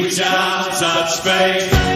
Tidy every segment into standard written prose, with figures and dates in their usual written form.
reach out, touch space.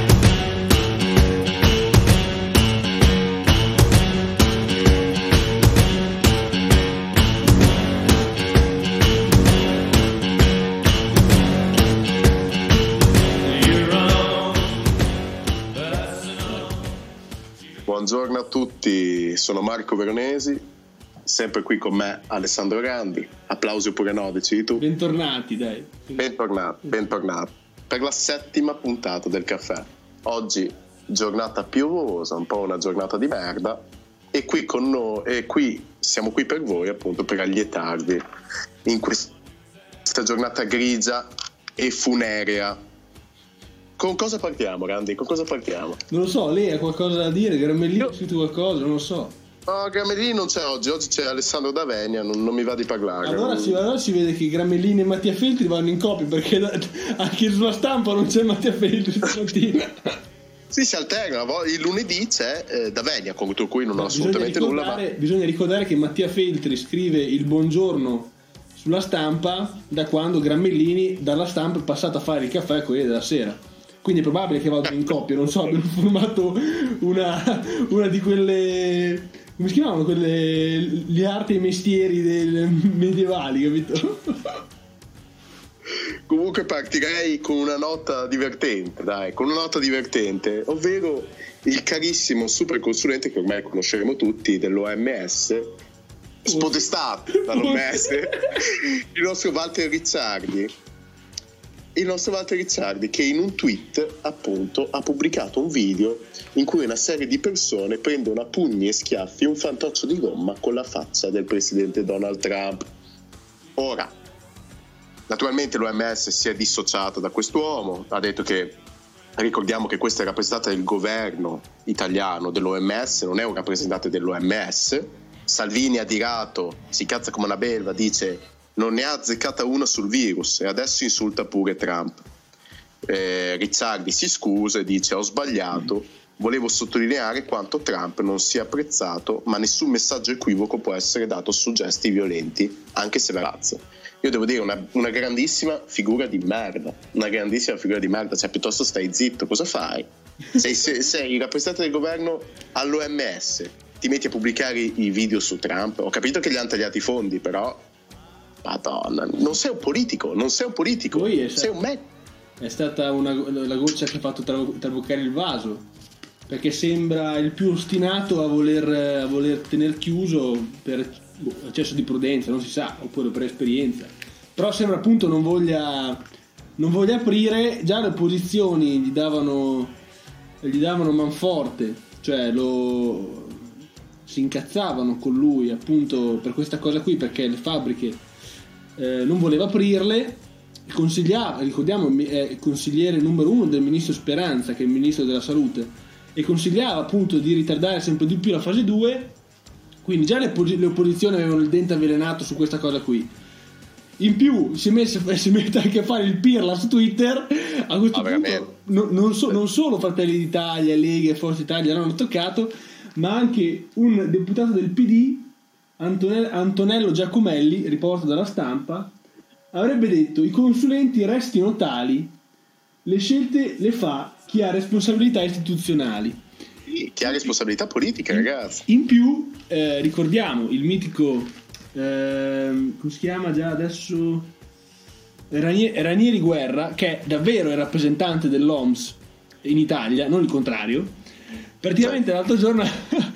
Buongiorno a tutti, sono Marco Veronesi, sempre qui con me Alessandro Grandi. Applausi oppure no, decidi tu. Bentornati, dai. Bentornati. Per la 7ª puntata del caffè. Oggi giornata piovosa, un po' una giornata di merda, e qui con noi, siamo qui per voi, appunto, per allietarvi in questa giornata grigia e funerea. Con cosa partiamo, Randy? Con cosa partiamo? Non lo so, lei ha qualcosa da dire? Gramellini ha scritto qualcosa? Non lo so. No, Gramellini non c'è oggi c'è Alessandro D'Avenia, non mi va di parlare. Allora si vede che Gramellini e Mattia Feltri vanno in coppia, perché anche sulla stampa non c'è Mattia Feltri stamattina. Sì, si alterna, il lunedì c'è D'Avenia, contro cui non ho assolutamente nulla. Bisogna ricordare che Mattia Feltri scrive il buongiorno sulla stampa da quando Gramellini dalla stampa è passato a fare il caffè a Corriere della Sera. Quindi è probabile che vadano in coppia, non so, abbiano formato una di quelle, come si chiamavano, quelle, le arti e i mestieri medievali, capito? Comunque partirei con una nota divertente, ovvero il carissimo super consulente che ormai conosceremo tutti dell'OMS, spodestato dall'OMS, il nostro Walter Ricciardi. Il nostro Walter Ricciardi, che in un tweet appunto ha pubblicato un video in cui una serie di persone prendono a pugni e schiaffi un fantoccio di gomma con la faccia del presidente Donald Trump. Ora, naturalmente l'OMS si è dissociato da quest'uomo, ha detto che, ricordiamo che questa è rappresentata del governo italiano dell'OMS, non è un rappresentante dell'OMS. Salvini ha tirato, si cazza come una belva, dice non ne ha azzeccata una sul virus e adesso insulta pure Trump. Ricciardi si scusa e dice: ho sbagliato, volevo sottolineare quanto Trump non sia apprezzato, ma nessun messaggio equivoco può essere dato su gesti violenti, anche se la razza. Io devo dire una grandissima figura di merda, cioè piuttosto stai zitto, cosa fai? Sei il rappresentante del governo all'OMS, ti metti a pubblicare i video su Trump. Ho capito che gli hanno tagliato i fondi, però Madonna, non sei un politico, Poi sei un me. È stata la goccia che ha fatto traboccare il vaso, perché sembra il più ostinato a voler tenere chiuso per eccesso di prudenza, non si sa, oppure per esperienza. Però sembra appunto non voglia aprire. Già le opposizioni gli davano manforte, cioè si incazzavano con lui appunto per questa cosa qui, perché le fabbriche non voleva aprirle. Ricordiamo, è il consigliere numero 1 del ministro Speranza, che è il ministro della salute, e consigliava appunto di ritardare sempre di più la fase 2. Quindi già le opposizioni avevano il dente avvelenato su questa cosa qui. In più si mette anche a fare il pirla su Twitter. A questo punto non solo Fratelli d'Italia, Lega e Forza Italia l'hanno toccato, ma anche un deputato del PD, Antonello Giacomelli, riportato dalla Stampa, avrebbe detto: i consulenti restino tali, le scelte le fa chi ha responsabilità istituzionali, chi ha responsabilità politica, ragazzi. In più ricordiamo il mitico come si chiama già adesso, Ranieri Guerra, che davvero è rappresentante dell'OMS in Italia, non il contrario. Praticamente l'altro giorno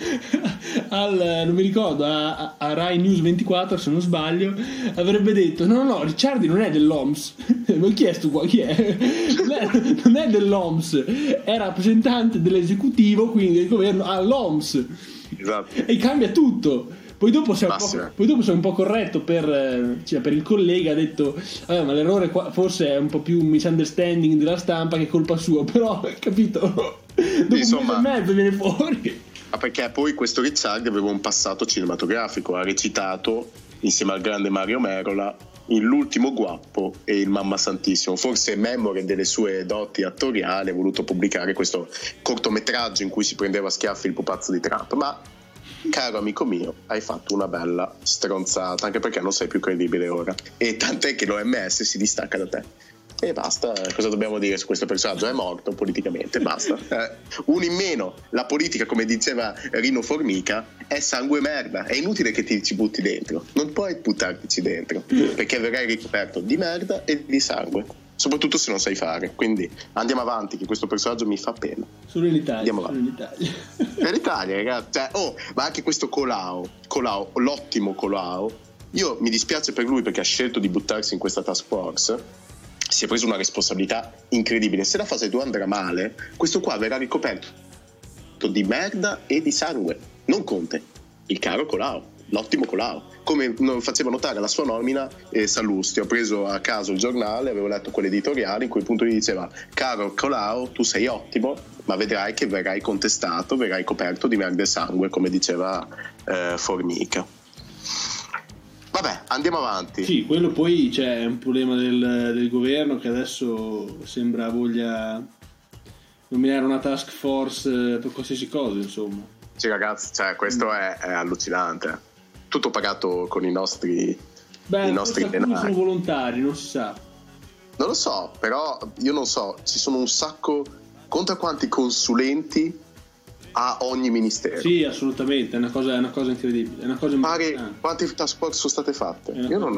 non mi ricordo, a Rai News 24, se non sbaglio, avrebbe detto no, Ricciardi non è dell'OMS. Mi ho chiesto qua chi è. Non è dell'OMS, è rappresentante dell'esecutivo, quindi del governo all'OMS. Esatto. E cambia tutto. Poi dopo sei un po' corretto per il collega, ha detto ma l'errore qua forse è un po' più un misunderstanding della stampa, che è colpa sua, però capito, dopo insomma, un mese e mezzo viene fuori. Perché poi questo Ricciardi aveva un passato cinematografico, ha recitato insieme al grande Mario Merola in L'ultimo guappo e Il Mamma Santissimo. Forse memore delle sue doti attoriali ha voluto pubblicare questo cortometraggio in cui si prendeva a schiaffi il pupazzo di Trump. Ma caro amico mio, hai fatto una bella stronzata, anche perché non sei più credibile ora, e tant'è che l'OMS si distacca da te. E basta, cosa dobbiamo dire su questo personaggio? È morto politicamente, basta. Uno in meno. La politica, come diceva Rino Formica, è sangue e merda. È inutile che ti ci butti dentro. Non puoi buttartici dentro, perché verrai ricoperto di merda e di sangue. Soprattutto se non sai fare. Quindi andiamo avanti, che questo personaggio mi fa pena. Solo in Italia. Andiamo avanti. Per l'Italia, ragazzi. Cioè, ma anche questo Colau, l'ottimo Colau. Io mi dispiace per lui perché ha scelto di buttarsi in questa task force. Si è preso una responsabilità incredibile. Se la fase 2 andrà male, questo qua verrà ricoperto di merda e di sangue. Non Conte, il caro Colau, l'ottimo Colau. Come faceva notare la sua nomina Sallusti. Ho preso a caso il giornale, avevo letto quell'editoriale in cui appunto gli diceva: caro Colau, tu sei ottimo, ma vedrai che verrai contestato, verrai coperto di merda e sangue, come diceva Formica. Vabbè, andiamo avanti. Sì, quello poi c'è un problema del governo che adesso sembra voglia nominare una task force per qualsiasi cosa, insomma. Sì, ragazzi, cioè, questo è allucinante. Tutto pagato con i nostri denari. Sono volontari, non si sa. Non lo so, però io non so, ci sono un sacco. Conta quanti consulenti a ogni ministero. Sì, assolutamente, è una cosa incredibile, è una cosa imbarazzante. Quante task force sono state fatte?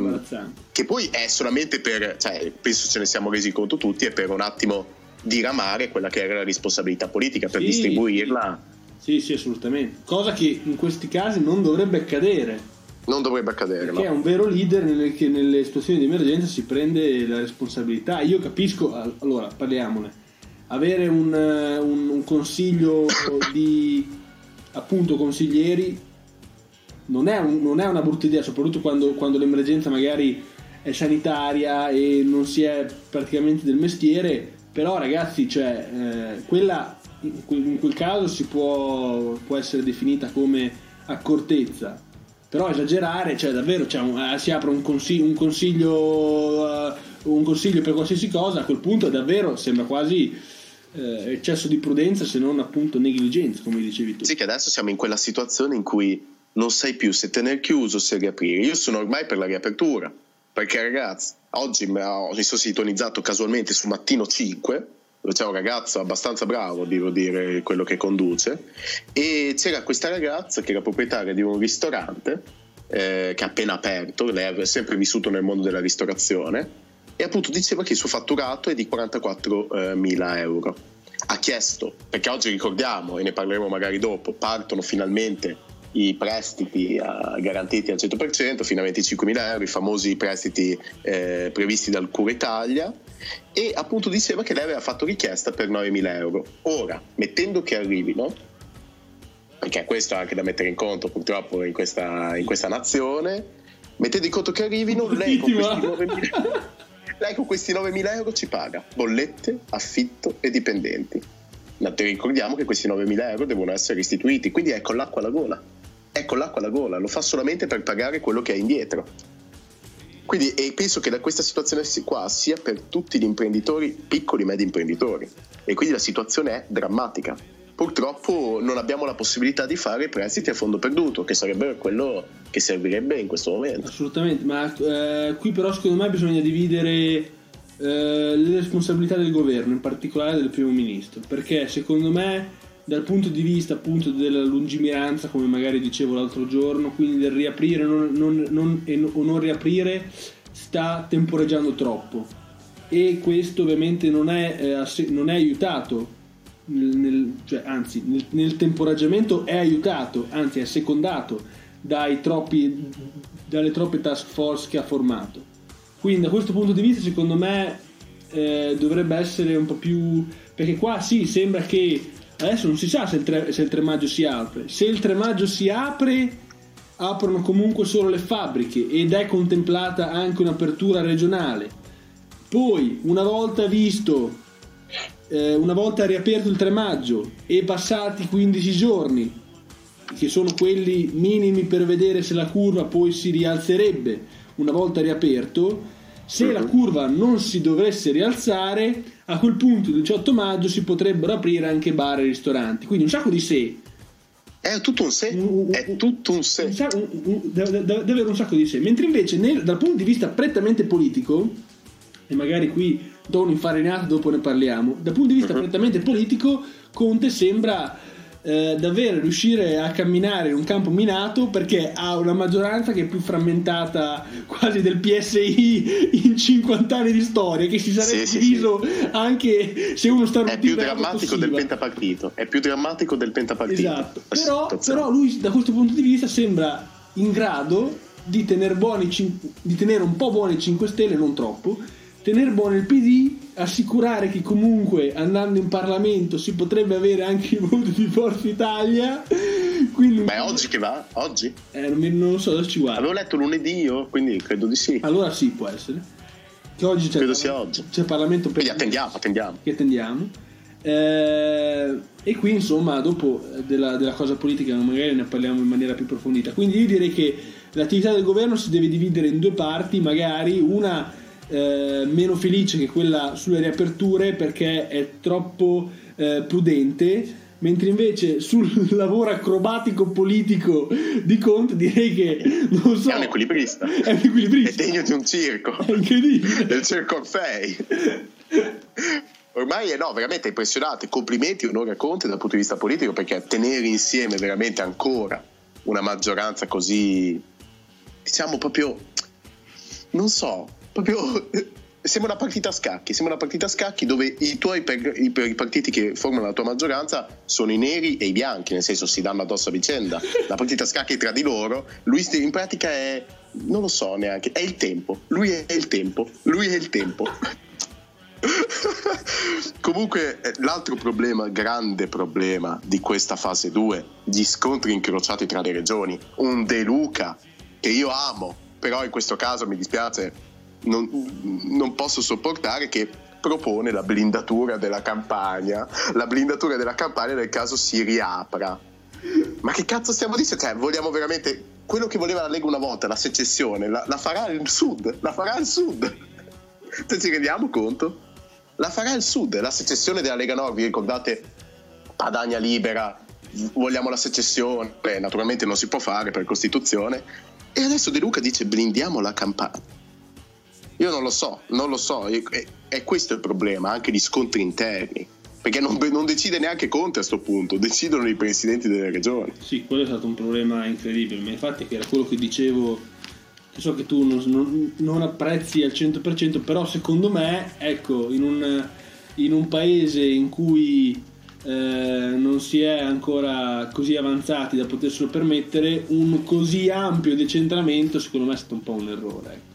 Che poi è solamente per, cioè, penso ce ne siamo resi conto tutti, è per un attimo diramare quella che era la responsabilità politica, per distribuirla. Sì, assolutamente. Cosa che in questi casi non dovrebbe accadere. Non dovrebbe accadere, perché è un vero leader che nelle situazioni di emergenza si prende la responsabilità. Io capisco, allora parliamone. Avere un consiglio di appunto consiglieri non è una brutta idea, soprattutto quando l'emergenza magari è sanitaria e non si è praticamente del mestiere. Però ragazzi, cioè, quella in quel caso può essere definita come accortezza, però esagerare, cioè davvero si apre un consiglio per qualsiasi cosa, a quel punto davvero sembra quasi eccesso di prudenza, se non appunto negligenza, come dicevi tu. Sì, che adesso siamo in quella situazione in cui non sai più se tenere chiuso o se riaprire. Io sono ormai per la riapertura, perché ragazzi, oggi mi sono sintonizzato casualmente su Mattino 5, dove c'è un ragazzo abbastanza bravo, devo dire, quello che conduce, e c'era questa ragazza che era proprietaria di un ristorante che ha appena aperto. Lei aveva sempre vissuto nel mondo della ristorazione e appunto diceva che il suo fatturato è di 44.000 euro. Ha chiesto, perché oggi ricordiamo, e ne parleremo magari dopo, partono finalmente i prestiti garantiti al 100% fino a 25.000 euro, i famosi prestiti previsti dal Cura Italia, e appunto diceva che lei aveva fatto richiesta per 9.000 euro. Ora, mettendo che arrivino, perché questo è anche da mettere in conto purtroppo in questa nazione, mettendo in conto che arrivino, lei con questi 9.000 euro ci paga bollette, affitto e dipendenti. Ma ti ricordiamo che questi 9.000 euro devono essere restituiti, quindi è con l'acqua alla gola, lo fa solamente per pagare quello che è indietro. Quindi, e penso che da questa situazione qua sia per tutti gli imprenditori, piccoli e medi imprenditori, e quindi la situazione è drammatica. Purtroppo non abbiamo la possibilità di fare prestiti a fondo perduto, che sarebbe quello che servirebbe in questo momento. Assolutamente, ma qui però secondo me bisogna dividere le responsabilità del governo, in particolare del primo ministro, perché secondo me dal punto di vista appunto della lungimiranza, come magari dicevo l'altro giorno, quindi del riaprire o non riaprire, sta temporeggiando troppo, e questo ovviamente non è aiutato. Nel temporeggiamento è aiutato, anzi è secondato dalle troppe task force che ha formato. Quindi da questo punto di vista secondo me dovrebbe essere un po' più, perché qua sì, sembra che adesso non si sa se il 3 maggio si apre. Se il 3 maggio si apre, aprono comunque solo le fabbriche ed è contemplata anche un'apertura regionale. Poi una volta riaperto il 3 maggio e passati 15 giorni, che sono quelli minimi per vedere se la curva poi si rialzerebbe una volta riaperto, se la curva non si dovesse rialzare, a quel punto il 18 maggio si potrebbero aprire anche bar e ristoranti. Quindi un sacco di se. È tutto un se. Davvero un sacco di se. Mentre invece dal punto di vista prettamente politico, e magari qui tono infarinato, dopo ne parliamo. Dal punto di vista prettamente politico, Conte sembra davvero riuscire a camminare in un campo minato, perché ha una maggioranza che è più frammentata quasi del PSI in 50 anni di storia, che si sarebbe diviso anche se uno sta è più drammatico del pentapartito, esatto. Però lui da questo punto di vista sembra in grado di tenere un po' buoni i 5 Stelle, non troppo, tenere buono il PD, assicurare che comunque andando in Parlamento si potrebbe avere anche i voti di Forza Italia. Quindi oggi che va? Oggi? Non lo so, adesso ci guardo. Avevo letto lunedì io, quindi credo di sì. Allora sì, può essere che oggi credo sia oggi. C'è Parlamento, quindi attendiamo. E qui insomma dopo della cosa politica magari ne parliamo in maniera più approfondita. Quindi io direi che l'attività del governo si deve dividere in 2 parti, magari una meno felice che quella sulle riaperture, perché è troppo prudente, mentre invece sul lavoro acrobatico politico di Conte direi che non so, è un equilibrista, è degno di un circo, è incredibile, del Circo Orfei. Ormai no, veramente impressionante, complimenti, onore a Conte dal punto di vista politico, perché tenere insieme veramente ancora una maggioranza così, diciamo proprio, non so, proprio sembra una partita a scacchi dove i partiti che formano la tua maggioranza sono i neri e i bianchi, nel senso si danno addosso a vicenda, la partita a scacchi tra di loro. Lui in pratica è, non lo so neanche, è il tempo, lui è il tempo. Comunque l'altro grande problema di questa fase 2, gli scontri incrociati tra le regioni, un De Luca che io amo, però in questo caso mi dispiace, non posso sopportare, che propone la blindatura della Campania nel caso si riapra. Ma che cazzo stiamo dicendo? Cioè, vogliamo veramente quello che voleva la Lega una volta, la secessione, la farà il sud. Se ci rendiamo conto, la farà il sud, la secessione della Lega Nord. Vi ricordate Padania Libera, vogliamo la secessione? Naturalmente non si può fare per Costituzione, e adesso De Luca dice blindiamo la Campania. Io non lo so, è questo il problema, anche gli scontri interni, perché non decide neanche Conte a sto punto, decidono i presidenti delle regioni. Sì, quello è stato un problema incredibile, ma infatti che era quello che dicevo, che so che tu non apprezzi al 100%, però secondo me, ecco, in un paese in cui non si è ancora così avanzati da poterselo permettere, un così ampio decentramento secondo me è stato un po' un errore, ecco.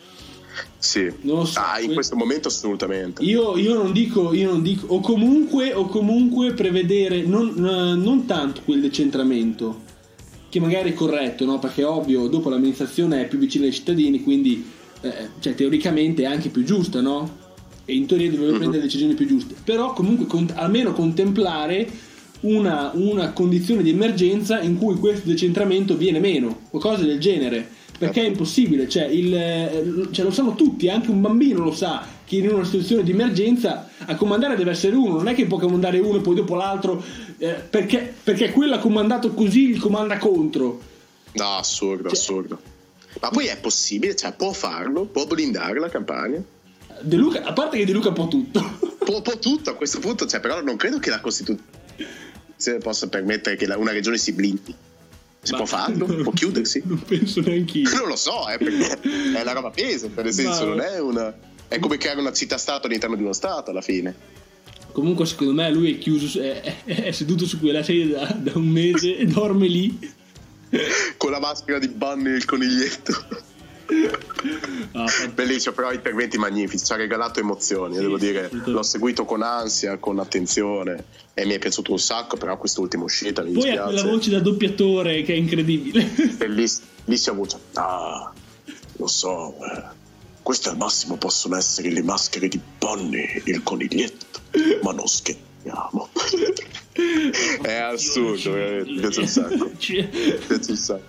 Sì, non lo so, in questo momento assolutamente. Io non dico o comunque prevedere non tanto quel decentramento, che magari è corretto, no? Perché ovvio, dopo l'amministrazione è più vicina ai cittadini, quindi cioè, teoricamente è anche più giusta, no? E in teoria dovrebbe prendere decisioni più giuste, però comunque almeno contemplare una condizione di emergenza in cui questo decentramento viene meno o cose del genere. Perché è impossibile, cioè lo sanno tutti, anche un bambino lo sa che in una situazione di emergenza a comandare deve essere uno, non è che può comandare uno e poi dopo l'altro, perché quello ha comandato così, il comanda contro. No, assurdo. Ma poi è possibile, cioè può farlo, può blindare la Campania. De Luca, a parte che De Luca può tutto. Può tutto a questo punto, cioè, però non credo che la Costituzione possa permettere che una regione si blindi. Può farlo? Può chiudersi? Non penso neanche io. Non lo so, perché è una roba pesante, nel senso non è è come creare una città-stato all'interno di uno stato alla fine. Comunque secondo me lui è chiuso, è seduto su quella sedia da un mese e dorme lì con la maschera di Bunny e il coniglietto. Bellissimo, però interventi magnifici, ci ha regalato emozioni, devo dire, l'ho seguito con ansia, con attenzione e mi è piaciuto un sacco, però quest'ultima uscita mi dispiace. Poi ha quella voce da doppiatore che è incredibile. Bellissima voce. Lo so, questo al massimo possono essere le maschere di Bunny, il coniglietto, ma non scherziamo. È assurdo, mi piace un sacco.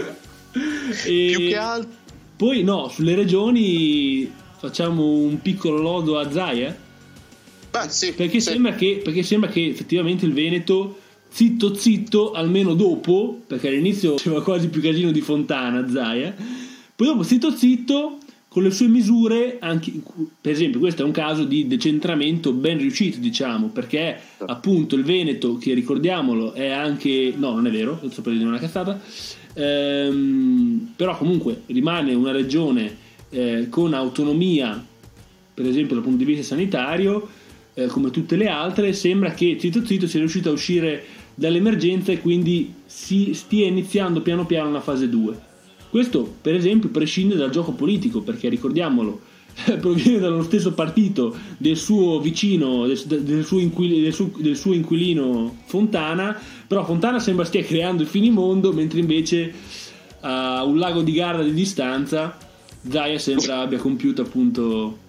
Più che altro. Poi no, sulle regioni facciamo un piccolo lodo a Zaia. Sì, perché sembra che effettivamente il Veneto, zitto, almeno dopo, perché all'inizio faceva quasi più casino di Fontana Zaia, poi dopo zitto, con le sue misure, anche, per esempio questo è un caso di decentramento ben riuscito, diciamo, perché appunto il Veneto, che ricordiamolo è anche, no non è vero, sto per dire una cazzata, però comunque rimane una regione con autonomia, per esempio dal punto di vista sanitario, come tutte le altre. Sembra che zitto zitto sia riuscito a uscire dall'emergenza e quindi si stia iniziando piano piano una fase 2. Questo per esempio prescinde dal gioco politico, perché ricordiamolo, proviene dallo stesso partito del suo vicino, del suo inquilino Fontana, però Fontana sembra stia creando il finimondo, mentre invece a un lago di Garda di distanza Zaia sembra abbia compiuto appunto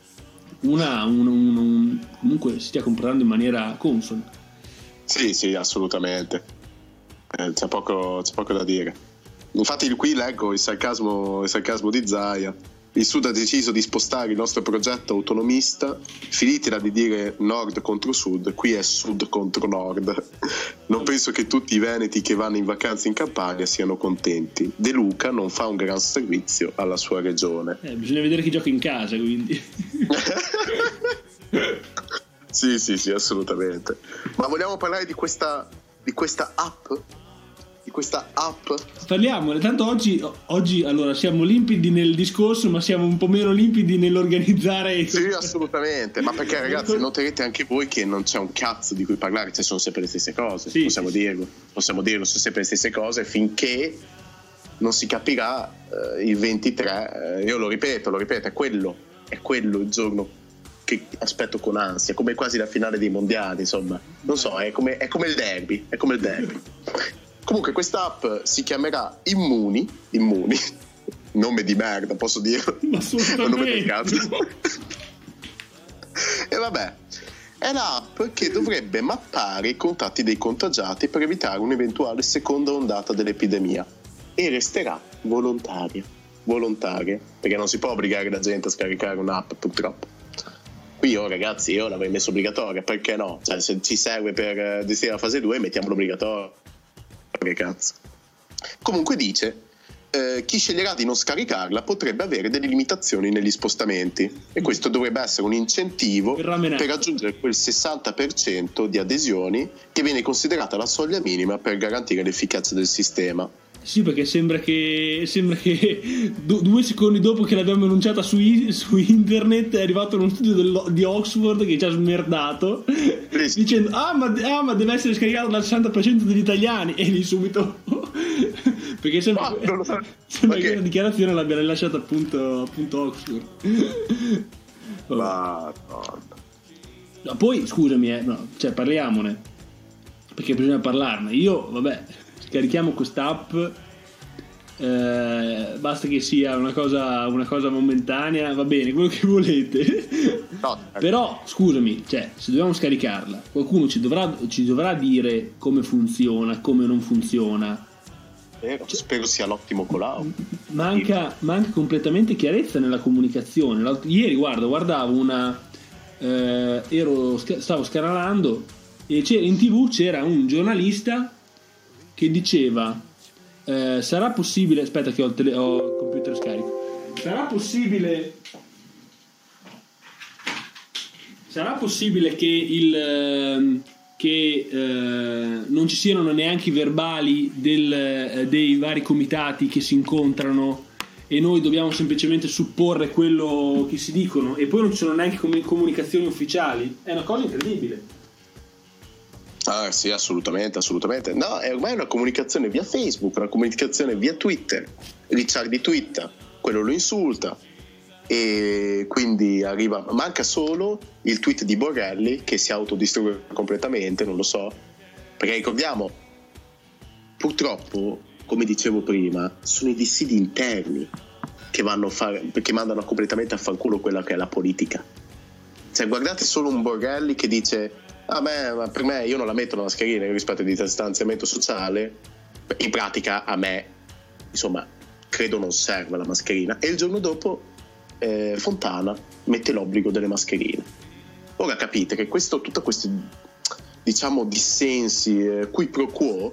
comunque si stia comportando in maniera consona. Sì, assolutamente. C'è poco da dire. Infatti qui leggo il sarcasmo di Zaia. Il Sud ha deciso di spostare il nostro progetto autonomista, finitela di dire Nord contro Sud, qui è Sud contro Nord. Non penso che tutti i veneti che vanno in vacanza in Campania siano contenti. De Luca non fa un gran servizio alla sua regione. Bisogna vedere chi gioca in casa, quindi. Sì, assolutamente. Ma vogliamo parlare di questa app? Parliamone, tanto oggi allora siamo limpidi nel discorso, ma siamo un po' meno limpidi nell'organizzare. Sì, assolutamente, ma perché ragazzi noterete anche voi che non c'è un cazzo di cui parlare, cioè sono sempre le stesse cose, sì, possiamo dirlo, sono sempre le stesse cose finché non si capirà il 23, io lo ripeto, è quello il giorno che aspetto con ansia, come quasi la finale dei mondiali, insomma, non so, è come il derby. Comunque questa app si chiamerà Immuni, nome di merda, posso dirlo? Nome del cazzo. E vabbè, è l'app che dovrebbe mappare i contatti dei contagiati per evitare un'eventuale seconda ondata dell'epidemia e resterà volontaria, perché non si può obbligare la gente a scaricare un'app, purtroppo. Qui ragazzi, io l'avrei messo obbligatoria, perché no? Cioè, se ci serve per gestire la fase 2 mettiamolo obbligatorio. Che cazzo. Comunque dice chi sceglierà di non scaricarla potrebbe avere delle limitazioni negli spostamenti e questo dovrebbe essere un incentivo per raggiungere quel 60% di adesioni che viene considerata la soglia minima per garantire l'efficacia del sistema. Sì, perché sembra che 2 secondi dopo che l'abbiamo annunciata su internet è arrivato uno studio di Oxford che ci ha smerdato dicendo ma deve essere scaricato dal 60% degli italiani, e lì subito perché sembra che la dichiarazione l'abbia rilasciata appunto Oxford. Ma no, poi scusami cioè parliamone, perché bisogna parlarne. Io scarichiamo quest'app, basta che sia una cosa momentanea, va bene, quello che volete. No. Però scusami, cioè, se dobbiamo scaricarla, qualcuno ci dovrà dire come funziona, come non funziona. Spero sia l'ottimo Colau. Manca completamente chiarezza nella comunicazione. Ieri guardavo stavo scarrelando e in TV c'era un giornalista che diceva sarà possibile, aspetta che ho il computer scarico, sarà possibile che non ci siano neanche i verbali dei vari comitati che si incontrano e noi dobbiamo semplicemente supporre quello che si dicono, e poi non ci sono neanche comunicazioni ufficiali? È una cosa incredibile. Ah sì, assolutamente. No, è ormai una comunicazione via Facebook, una comunicazione via Twitter. Ricciardi twitta, quello lo insulta e quindi manca solo il tweet di Borrelli che si autodistrugge completamente, non lo so, perché ricordiamo, purtroppo, come dicevo prima, sono i dissidi interni che mandano completamente a fanculo quella che è la politica. Cioè guardate solo un Borrelli che dice ma per me, io non la metto la mascherina rispetto al distanziamento sociale, in pratica a me insomma credo non serva la mascherina, e il giorno dopo Fontana mette l'obbligo delle mascherine. Ora capite che tutti questi diciamo dissensi qui pro quo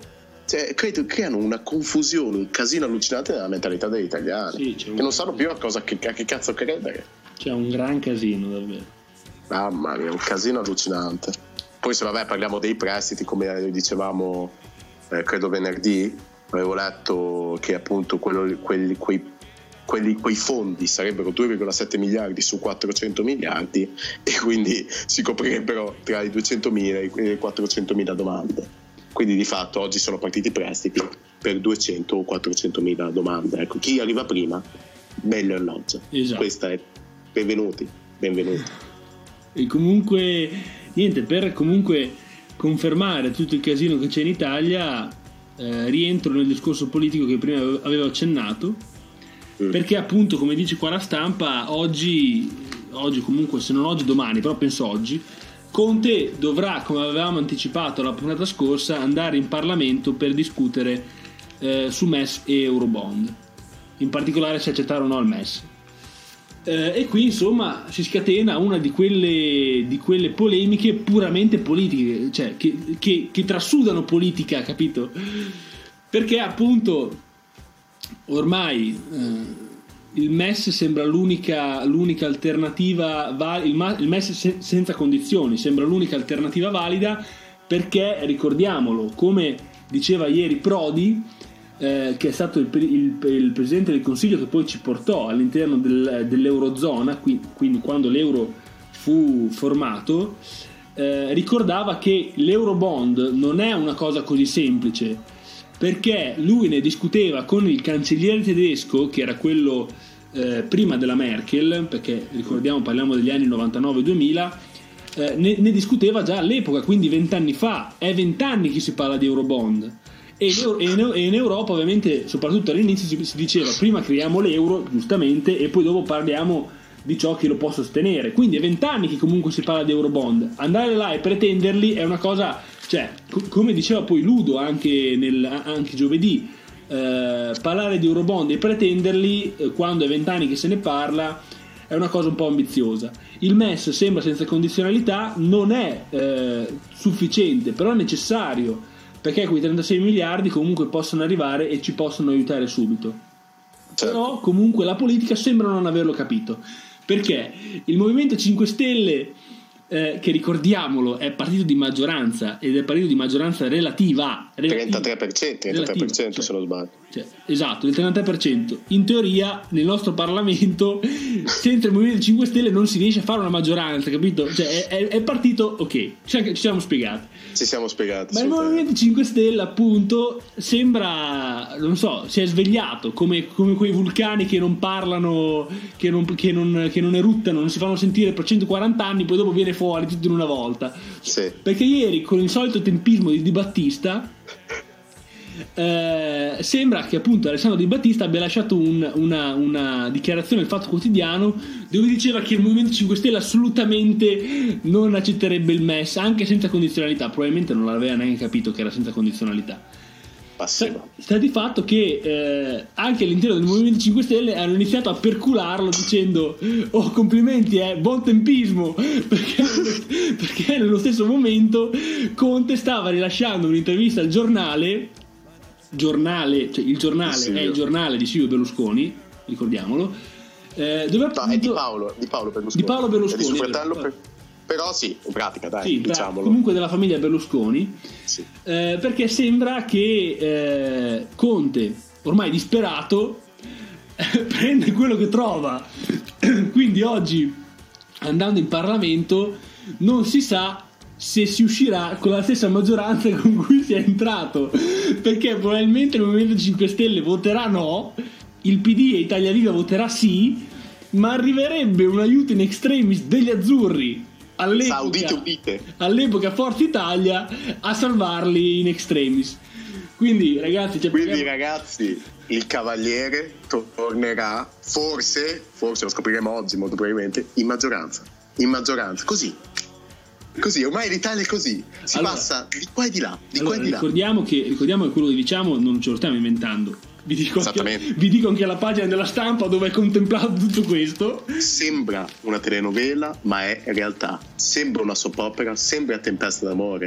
Cioè, credo creano una confusione, un casino allucinante nella mentalità degli italiani, Sì, che non sanno più a che cazzo credere. C'è un gran casino davvero. Mamma mia, un casino allucinante. Poi se vabbè parliamo dei prestiti, come dicevamo credo venerdì, avevo letto che appunto quei fondi sarebbero 2,7 miliardi su 400 miliardi e quindi si coprirebbero tra i 200.000 e i 400.000 domande. Quindi di fatto oggi sono partiti prestiti per 200 o 400.000 domande. Ecco, chi arriva prima meglio alloggia. Esatto. Questa è benvenuti. E comunque niente, per comunque confermare tutto il casino che c'è in Italia, rientro nel discorso politico che prima avevo accennato, perché appunto, come dice qua la stampa, oggi comunque, se non oggi domani, però penso oggi, Conte dovrà, come avevamo anticipato la puntata scorsa, andare in Parlamento per discutere su MES e Eurobond, in particolare se accettare o no il MES. E qui insomma si scatena una di quelle polemiche puramente politiche, cioè che trasudano politica, capito? Perché appunto ormai il MES sembra l'unica alternativa, il MES senza condizioni sembra l'unica alternativa valida, perché ricordiamolo, come diceva ieri Prodi, che è stato il presidente del Consiglio che poi ci portò all'interno dell'Eurozona, quindi quando l'euro fu formato, ricordava che l'Eurobond non è una cosa così semplice, perché lui ne discuteva con il cancelliere tedesco, che era quello prima della Merkel, perché ricordiamo parliamo degli anni 99-2000, ne discuteva già all'epoca, quindi 20 anni fa. È 20 anni che si parla di Eurobond. E in Europa ovviamente, soprattutto all'inizio, si diceva prima creiamo l'euro, giustamente, e poi dopo parliamo di ciò che lo può sostenere. Quindi è 20 anni che comunque si parla di Eurobond. Andare là e pretenderli è una cosa, cioè, come diceva poi Ludo anche giovedì, parlare di Eurobond e pretenderli quando è 20 anni che se ne parla è una cosa un po' ambiziosa. Il MES sembra senza condizionalità, non è sufficiente, però è necessario, perché quei 36 miliardi comunque possono arrivare e ci possono aiutare subito. Certo. Però comunque la politica sembra non averlo capito, perché il Movimento 5 Stelle, che ricordiamolo è partito di maggioranza, ed è partito di maggioranza relativa 33% cioè, se non sbaglio, cioè, esatto, il 33%. In teoria nel nostro Parlamento senza il Movimento 5 Stelle non si riesce a fare una maggioranza, capito? Cioè è partito, ok, ci siamo spiegati, ma il Movimento 5 Stelle appunto sembra, non so, si è svegliato come quei vulcani che non parlano, che non eruttano, non si fanno sentire per 140 anni, poi dopo viene fuori tutto in una volta. Sì. Perché ieri, con il solito tempismo di Di Battista, sembra che appunto Alessandro Di Battista abbia lasciato una dichiarazione al Fatto Quotidiano dove diceva che il Movimento 5 Stelle assolutamente non accetterebbe il MES anche senza condizionalità. Probabilmente non l'aveva neanche capito che era senza condizionalità. Sta di fatto che anche all'interno del Movimento 5 Stelle hanno iniziato a percularlo dicendo: oh, complimenti, buon tempismo, perché nello stesso momento Conte stava rilasciando un'intervista al giornale, cioè il giornale è il giornale di Silvio Berlusconi, ricordiamolo, dove appunto, è di Paolo Berlusconi, è di suo fratello, però sì, in pratica, dai, sì, diciamolo. Comunque della famiglia Berlusconi, sì. Perché sembra che Conte, ormai disperato, prende quello che trova. Quindi oggi, andando in Parlamento, non si sa se si uscirà con la stessa maggioranza con cui si è entrato, perché probabilmente il Movimento 5 Stelle voterà no, il PD e Italia Viva voterà sì, ma arriverebbe un aiuto in extremis degli azzurri all'epoca Forza Italia a salvarli in extremis. Quindi ragazzi, il Cavaliere tornerà forse lo scopriremo oggi molto probabilmente in maggioranza, così ormai l'Italia è così, passa di qua e di là, qua e di là. Ricordiamo che quello che diciamo non ce lo stiamo inventando. Vi dico anche la pagina della Stampa dove è contemplato tutto questo. Sembra una telenovela, ma è realtà. Sembra una soap opera, sembra Tempesta d'amore.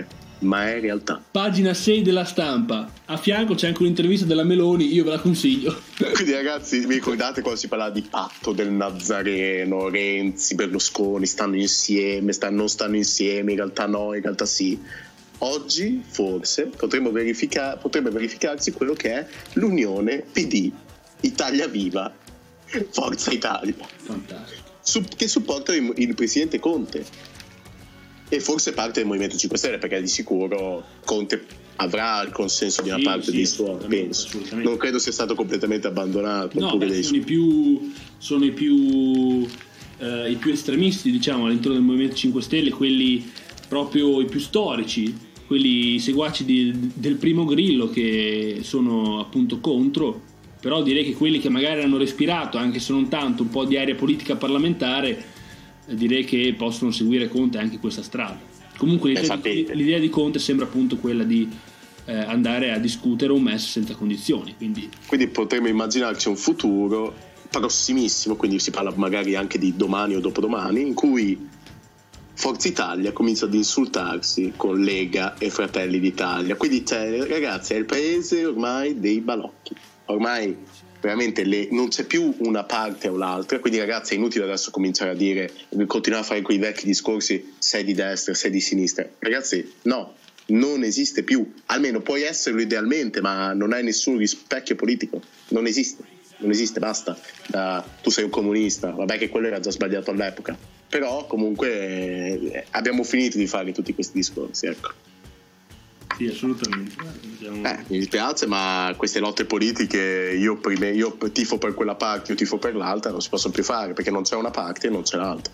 ma è realtà. Pagina 6 della Stampa, a fianco c'è anche un'intervista della Meloni, io ve la consiglio. Quindi ragazzi, vi ricordate quando si parlava di patto del Nazareno, Renzi, Berlusconi stanno insieme, non stanno insieme, in realtà no, in realtà sì. Oggi forse potrebbe verificarsi quello che è l'unione PD, Italia Viva, Forza Italia. Fantastico. Che supporta il presidente Conte. E forse parte del Movimento 5 Stelle, perché di sicuro Conte avrà il consenso di una parte dei suoi, penso. Non credo sia stato completamente abbandonato. No, sono i più estremisti, diciamo, all'interno del Movimento 5 Stelle, quelli proprio i più storici, quelli seguaci del primo Grillo, che sono appunto contro. Però direi che quelli che magari hanno respirato, anche se non tanto, un po' di aria politica parlamentare, direi che possono seguire Conte anche questa strada. Comunque l'idea di Conte sembra appunto quella di andare a discutere un MES senza condizioni, quindi potremmo immaginarci un futuro prossimissimo, quindi si parla magari anche di domani o dopodomani, in cui Forza Italia comincia ad insultarsi con Lega e Fratelli d'Italia. Quindi ragazzi, è il paese ormai dei balocchi, ormai veramente non c'è più una parte o l'altra, quindi ragazzi è inutile adesso cominciare a continuare a fare quei vecchi discorsi, sei di destra, sei di sinistra. Ragazzi, no, non esiste più, almeno puoi esserlo idealmente, ma non hai nessun rispecchio politico, non esiste, basta. Tu sei un comunista, vabbè che quello era già sbagliato all'epoca, però comunque abbiamo finito di fare tutti questi discorsi, ecco. Sì, assolutamente. Mi dispiace, ma queste lotte politiche io tifo per quella parte, io tifo per l'altra, non si possono più fare, perché non c'è una parte e non c'è l'altra.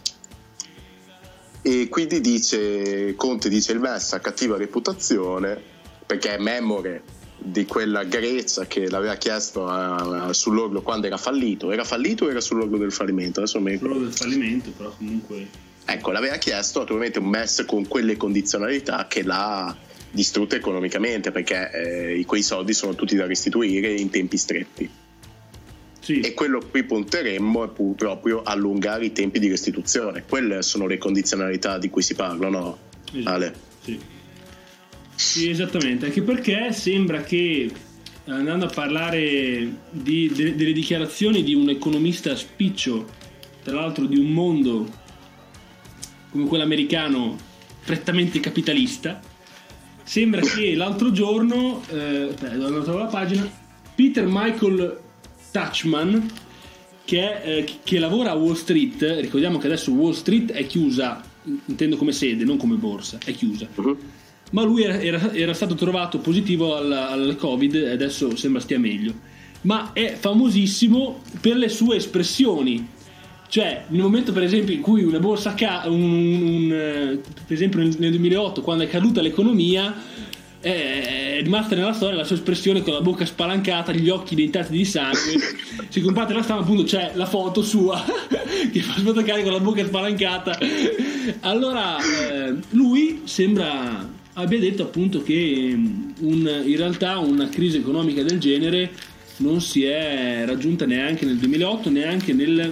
E quindi Conte dice il MES ha cattiva reputazione perché è memore di quella Grecia che l'aveva chiesto sull'orlo quando era fallito o era sull'orlo del fallimento, adesso mi ricordo. Sull'orlo del fallimento, però comunque ecco, l'aveva chiesto naturalmente un MES con quelle condizionalità che l'ha distrutta economicamente, perché quei soldi sono tutti da restituire in tempi stretti. Sì. E quello qui punteremmo è proprio allungare i tempi di restituzione. Quelle sono le condizionalità di cui si parla, no? Esatto. Ale? Sì, esattamente, anche perché sembra che, andando a parlare delle dichiarazioni di un economista spiccio, tra l'altro di un mondo come quello americano prettamente capitalista, sembra che l'altro giorno devo trovare la pagina, Peter Michael Tuchman, che lavora a Wall Street, ricordiamo che adesso Wall Street è chiusa, intendo come sede, non come borsa, è chiusa, ma lui era stato trovato positivo al Covid e adesso sembra stia meglio, ma è famosissimo per le sue espressioni. Cioè, nel momento per esempio in cui una borsa per esempio nel 2008, quando è caduta l'economia, è rimasta nella storia la sua espressione con la bocca spalancata, gli occhi dentati di sangue. Si comparte la stampa, appunto c'è la foto sua che fa sfottocare con la bocca spalancata. Allora lui sembra abbia detto appunto che in realtà una crisi economica del genere non si è raggiunta neanche nel 2008, neanche nel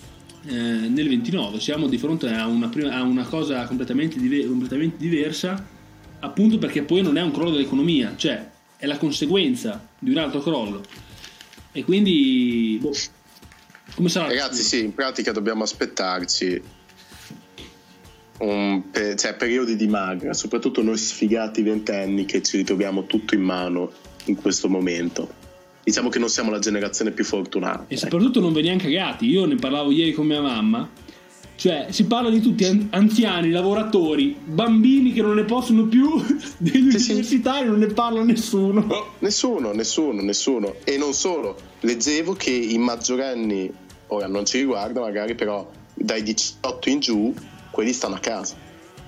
29. Siamo di fronte a una cosa completamente diversa, appunto perché poi non è un crollo dell'economia, cioè è la conseguenza di un altro crollo, e quindi come sarà? Ragazzi, sì, in pratica dobbiamo aspettarci periodi di magra, soprattutto noi sfigati ventenni che ci ritroviamo tutto in mano in questo momento. Diciamo che non siamo la generazione più fortunata. E soprattutto non veniamo cagati. Io ne parlavo ieri con mia mamma. Cioè, si parla di tutti anziani, lavoratori, bambini che non ne possono più, degli universitari non ne parla nessuno. Nessuno. E non solo. Leggevo che i maggiorenni, ora non ci riguarda magari, però dai 18 in giù, quelli stanno a casa.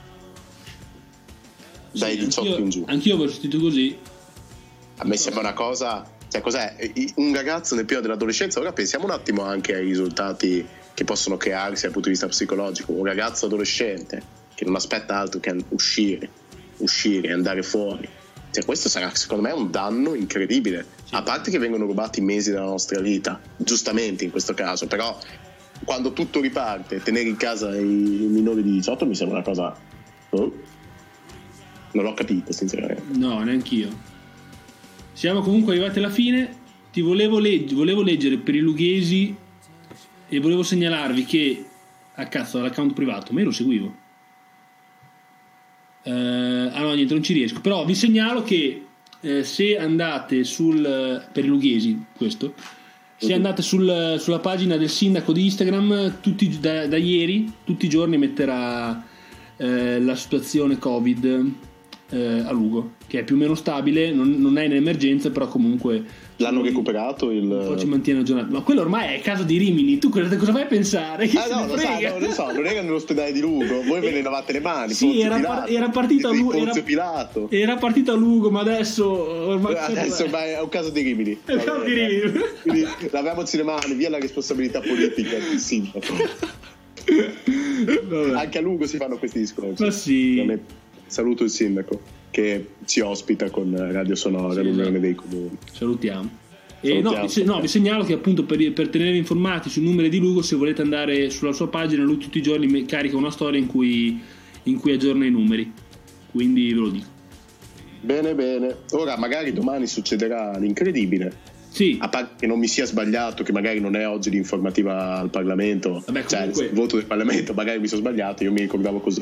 Dai 18 in giù. Anch'io avevo sentito così. A me sembra una cosa... Cioè, cos'è? Un ragazzo nel pieno dell'adolescenza, ora pensiamo un attimo anche ai risultati che possono crearsi dal punto di vista psicologico. Un ragazzo adolescente che non aspetta altro che uscire e andare fuori. Cioè, questo sarà secondo me un danno incredibile. Sì. A parte che vengono rubati mesi della nostra vita, giustamente in questo caso, però quando tutto riparte, tenere in casa i minori di 18 mi sembra una cosa... Non l'ho capito, sinceramente. No, neanch'io. Siamo comunque arrivati alla fine. Ti volevo leggere per i lughesi e volevo segnalarvi che cazzo, l'account privato, ma io lo seguivo. No, niente, non ci riesco. Però vi segnalo che se andate per i lughesi, questo, se andate sulla pagina del sindaco di Instagram, da ieri, tutti i giorni metterà la situazione Covid a Lugo, che è più o meno stabile, non è in emergenza, però comunque l'hanno recuperato un po' ci mantiene aggiornato. Ma quello ormai è caso di Rimini, tu cosa vai a pensare? Chi se no, ne frega? lo so, non era nell'ospedale di Lugo, voi ve ne lavate le mani. Sì, era partito a Lugo, era partito a Lugo, ma adesso ormai è un caso di Rimini. È un caso di Rimini. Quindi laviamoci le mani, via la responsabilità politica del sindaco. Anche a Lugo si fanno questi discorsi. Ma sì. Saluto il sindaco che ci ospita con Radio Sonora, sì, l'Unione esatto. dei Comuni. Salutiamo. Vi segnalo che appunto per tenere informati sui numeri di Lugo, se volete andare sulla sua pagina, lui tutti i giorni carica una storia in cui aggiorna i numeri, quindi ve lo dico. Bene, ora magari domani succederà l'incredibile. Sì. A parte che non mi sia sbagliato, che magari non è oggi l'informativa al Parlamento. Vabbè, cioè il voto del Parlamento, magari mi sono sbagliato, io mi ricordavo così.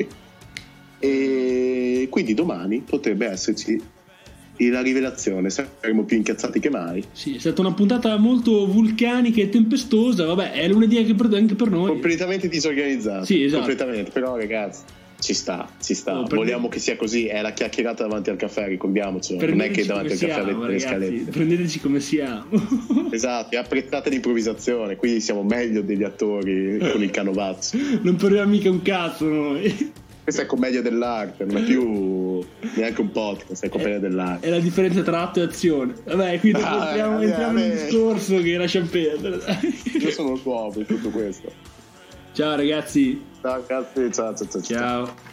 E quindi domani potrebbe esserci la rivelazione, saremo più incazzati che mai. Sì, è stata una puntata molto vulcanica e tempestosa, vabbè, è lunedì anche per noi. Completamente disorganizzata. Sì, esatto. Completamente, però ragazzi, ci sta. Vogliamo che sia così, è la chiacchierata davanti al caffè, ricordiamocelo. Non è che davanti al caffè avete le scalette. Prendeteci come siamo. Esatto, è apprezzata l'improvvisazione, quindi siamo meglio degli attori con il canovazzo. Non perdiamo mica un cazzo noi. Questa è commedia dell'arte, non è più neanche un podcast, è commedia dell'arte. È la differenza tra atto e azione. Vabbè, quindi entriamo in un discorso che lasciamo perdere. Io sono nuovo in tutto questo. Ciao ragazzi. Ciao ragazzi, ciao. Ciao.